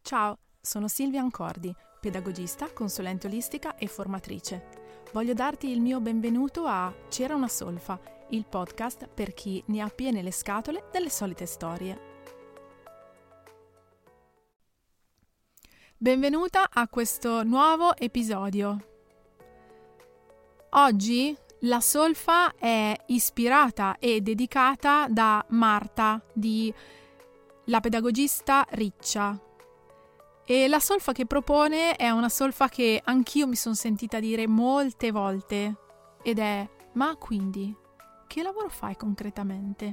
Ciao, sono Silvia Ancordi, pedagogista, consulente olistica e formatrice. Voglio darti il mio benvenuto a C'era una solfa, il podcast per chi ne ha piene le scatole delle solite storie. Benvenuta a questo nuovo episodio. Oggi la solfa è ispirata e dedicata da Marta, di la pedagogista Riccia. E la solfa che propone è una solfa che anch'io mi sono sentita dire molte volte, ed è: ma quindi, che lavoro fai concretamente?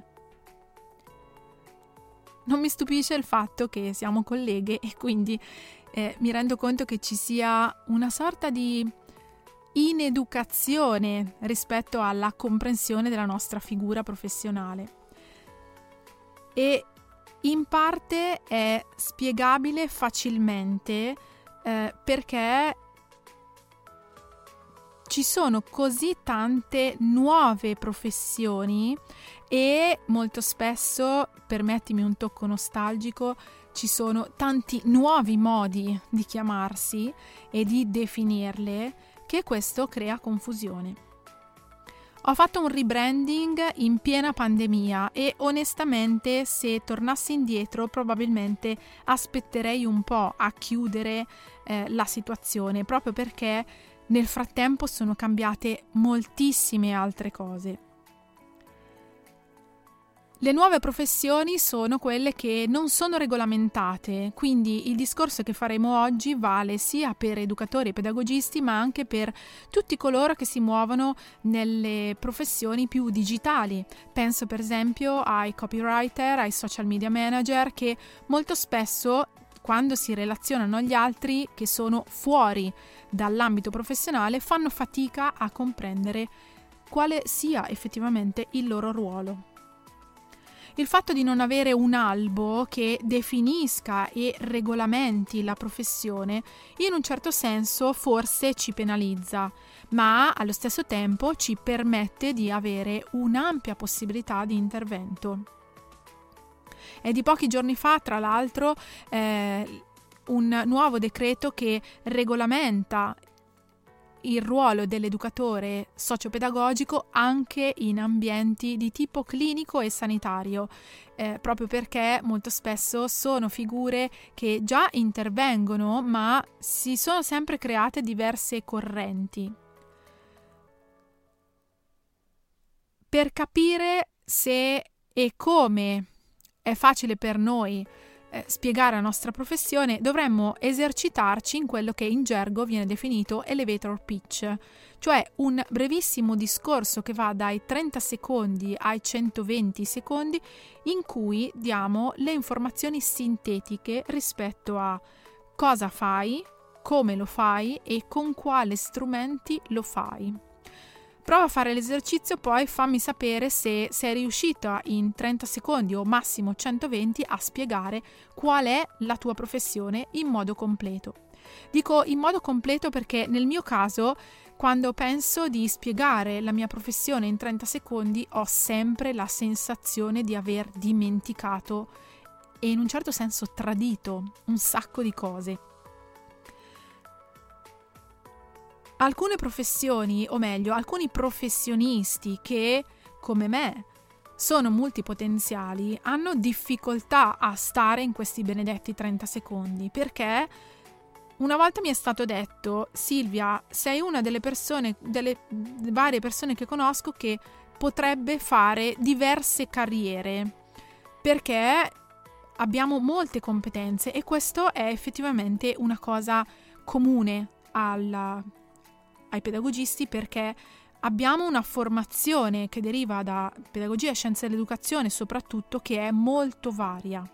Non mi stupisce il fatto che siamo colleghe e quindi mi rendo conto che ci sia una sorta di ineducazione rispetto alla comprensione della nostra figura professionale. E in parte è spiegabile facilmente perché ci sono così tante nuove professioni e molto spesso, permettimi un tocco nostalgico, ci sono tanti nuovi modi di chiamarsi e di definirle che questo crea confusione. Ho fatto un rebranding in piena pandemia e onestamente se tornassi indietro probabilmente aspetterei un po' a chiudere la situazione, proprio perché nel frattempo sono cambiate moltissime altre cose. Le nuove professioni sono quelle che non sono regolamentate, quindi il discorso che faremo oggi vale sia per educatori e pedagogisti, ma anche per tutti coloro che si muovono nelle professioni più digitali. Penso per esempio ai copywriter, ai social media manager, che molto spesso, quando si relazionano agli altri che sono fuori dall'ambito professionale, fanno fatica a comprendere quale sia effettivamente il loro ruolo. Il fatto di non avere un albo che definisca e regolamenti la professione in un certo senso forse ci penalizza, ma allo stesso tempo ci permette di avere un'ampia possibilità di intervento. È di pochi giorni fa, tra l'altro, un nuovo decreto che regolamenta il ruolo dell'educatore socio-pedagogico anche in ambienti di tipo clinico e sanitario, proprio perché molto spesso sono figure che già intervengono, ma si sono sempre create diverse correnti. Per capire se e come è facile per noi spiegare la nostra professione, dovremmo esercitarci in quello che in gergo viene definito elevator pitch, cioè un brevissimo discorso che va dai 30 secondi ai 120 secondi in cui diamo le informazioni sintetiche rispetto a cosa fai, come lo fai e con quali strumenti lo fai. Prova a fare l'esercizio, poi fammi sapere se sei riuscita in 30 secondi o massimo 120 a spiegare qual è la tua professione in modo completo. Dico in modo completo perché nel mio caso, quando penso di spiegare la mia professione in 30 secondi, ho sempre la sensazione di aver dimenticato e in un certo senso tradito un sacco di cose. Alcune professioni, o meglio, alcuni professionisti che, come me, sono multipotenziali, hanno difficoltà a stare in questi benedetti 30 secondi, perché una volta mi è stato detto: Silvia, sei una delle varie persone che conosco che potrebbe fare diverse carriere, perché abbiamo molte competenze e questo è effettivamente una cosa comune ai pedagogisti, perché abbiamo una formazione che deriva da pedagogia e scienze dell'educazione soprattutto, che è molto varia.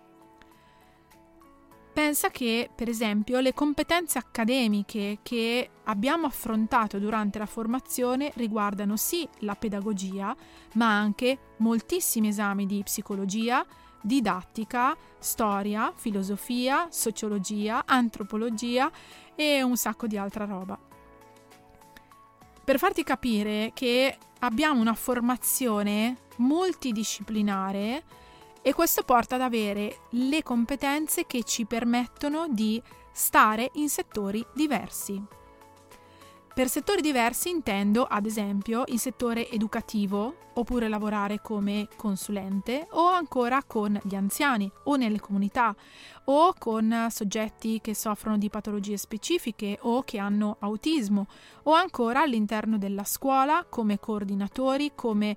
Pensa che, per esempio, le competenze accademiche che abbiamo affrontato durante la formazione riguardano sì la pedagogia, ma anche moltissimi esami di psicologia, didattica, storia, filosofia, sociologia, antropologia e un sacco di altra roba. Per farti capire che abbiamo una formazione multidisciplinare e questo porta ad avere le competenze che ci permettono di stare in settori diversi. Per settori diversi intendo, ad esempio, il settore educativo, oppure lavorare come consulente, o ancora con gli anziani, o nelle comunità, o con soggetti che soffrono di patologie specifiche o che hanno autismo, o ancora all'interno della scuola come coordinatori, come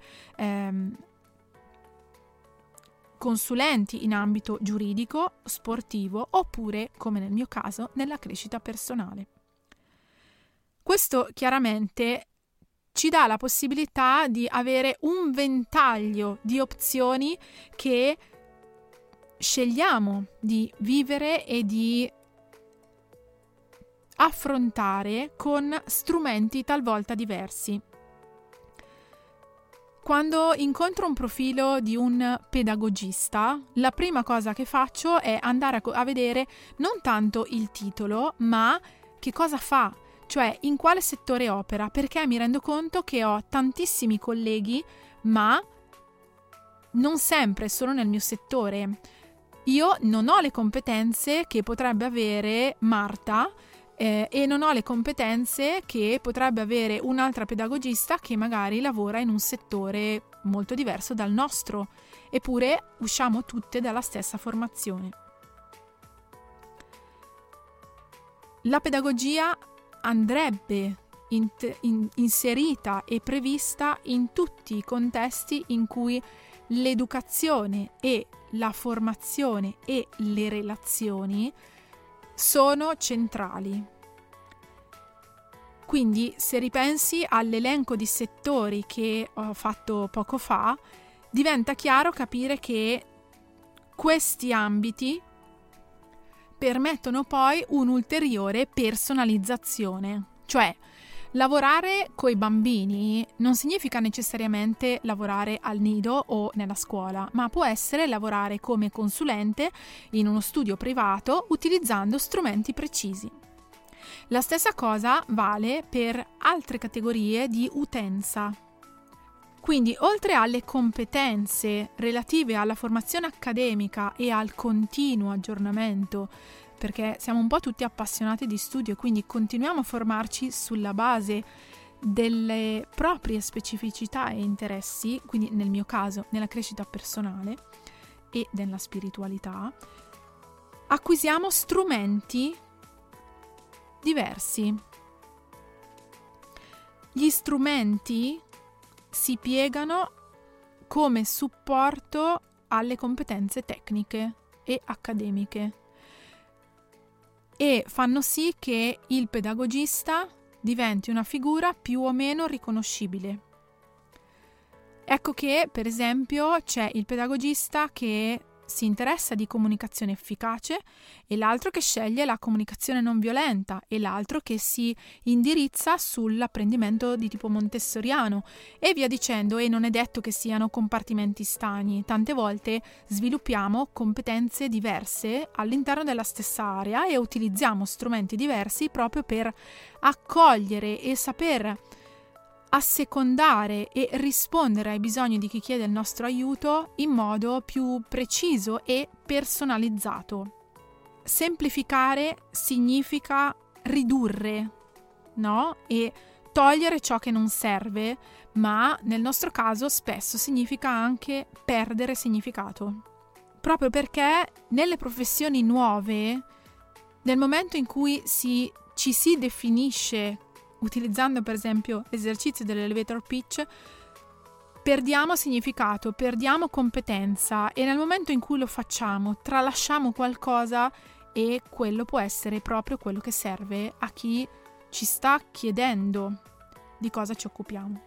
consulenti in ambito giuridico, sportivo, oppure, come nel mio caso, nella crescita personale. Questo chiaramente ci dà la possibilità di avere un ventaglio di opzioni che scegliamo di vivere e di affrontare con strumenti talvolta diversi. Quando incontro un profilo di un pedagogista, la prima cosa che faccio è andare a vedere non tanto il titolo, ma che cosa fa. Cioè in quale settore opera, perché mi rendo conto che ho tantissimi colleghi, ma non sempre sono nel mio settore. Io non ho le competenze che potrebbe avere Marta e non ho le competenze che potrebbe avere un'altra pedagogista che magari lavora in un settore molto diverso dal nostro, eppure usciamo tutte dalla stessa formazione. La pedagogia andrebbe inserita e prevista in tutti i contesti in cui l'educazione e la formazione e le relazioni sono centrali. Quindi, se ripensi all'elenco di settori che ho fatto poco fa, diventa chiaro capire che questi ambiti permettono poi un'ulteriore personalizzazione. Cioè, lavorare coi bambini non significa necessariamente lavorare al nido o nella scuola, ma può essere lavorare come consulente in uno studio privato utilizzando strumenti precisi. La stessa cosa vale per altre categorie di utenza. Quindi, oltre alle competenze relative alla formazione accademica e al continuo aggiornamento, perché siamo un po' tutti appassionati di studio e quindi continuiamo a formarci sulla base delle proprie specificità e interessi, quindi nel mio caso nella crescita personale e nella spiritualità, acquisiamo strumenti diversi. Gli strumenti si piegano come supporto alle competenze tecniche e accademiche e fanno sì che il pedagogista diventi una figura più o meno riconoscibile. Ecco che, per esempio, c'è il pedagogista che si interessa di comunicazione efficace e l'altro che sceglie la comunicazione non violenta e l'altro che si indirizza sull'apprendimento di tipo montessoriano e via dicendo, e non è detto che siano compartimenti stagni. Tante volte sviluppiamo competenze diverse all'interno della stessa area e utilizziamo strumenti diversi proprio per accogliere e saper assecondare e rispondere ai bisogni di chi chiede il nostro aiuto in modo più preciso e personalizzato. Semplificare significa ridurre, no? E togliere ciò che non serve, ma nel nostro caso spesso significa anche perdere significato. Proprio perché nelle professioni nuove, nel momento in cui ci si definisce utilizzando per esempio l'esercizio dell'elevator pitch, perdiamo significato, perdiamo competenza e nel momento in cui lo facciamo tralasciamo qualcosa e quello può essere proprio quello che serve a chi ci sta chiedendo di cosa ci occupiamo.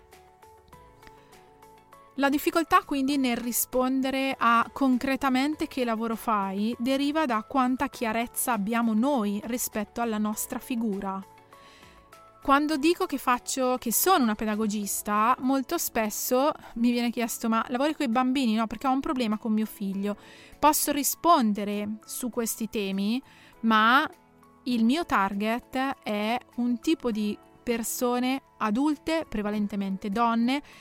La difficoltà quindi nel rispondere a concretamente che lavoro fai deriva da quanta chiarezza abbiamo noi rispetto alla nostra figura. Quando dico che sono una pedagogista, molto spesso mi viene chiesto: ma lavori con i bambini? No, perché ho un problema con mio figlio. Posso rispondere su questi temi, ma il mio target è un tipo di persone adulte, prevalentemente donne,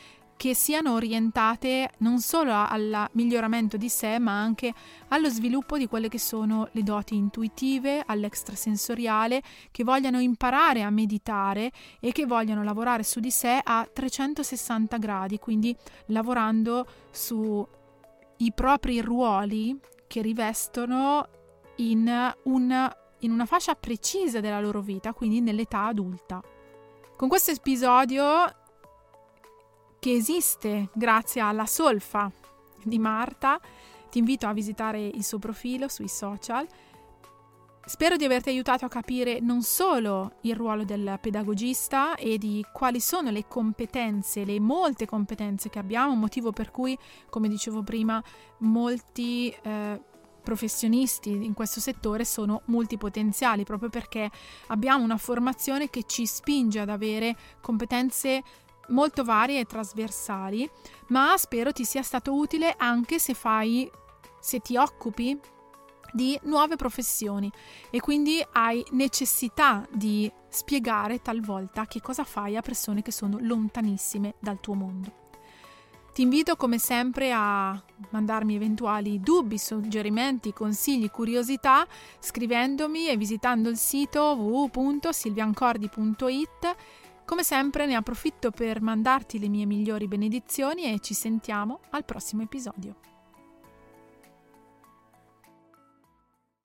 che siano orientate non solo al miglioramento di sé, ma anche allo sviluppo di quelle che sono le doti intuitive, all'extrasensoriale, che vogliano imparare a meditare e che vogliano lavorare su di sé a 360 gradi, quindi lavorando sui propri ruoli che rivestono in una fascia precisa della loro vita, quindi nell'età adulta. Con questo episodio, che esiste grazie alla solfa di Marta, ti invito a visitare il suo profilo sui social. Spero di averti aiutato a capire non solo il ruolo del pedagogista e di quali sono le competenze, le molte competenze che abbiamo, motivo per cui, come dicevo prima, molti professionisti in questo settore sono multipotenziali, proprio perché abbiamo una formazione che ci spinge ad avere competenze molto varie e trasversali, ma spero ti sia stato utile anche se ti occupi di nuove professioni e quindi hai necessità di spiegare talvolta che cosa fai a persone che sono lontanissime dal tuo mondo. Ti invito come sempre a mandarmi eventuali dubbi, suggerimenti, consigli, curiosità scrivendomi e visitando il sito www.silviancordi.it. Come sempre ne approfitto per mandarti le mie migliori benedizioni e ci sentiamo al prossimo episodio.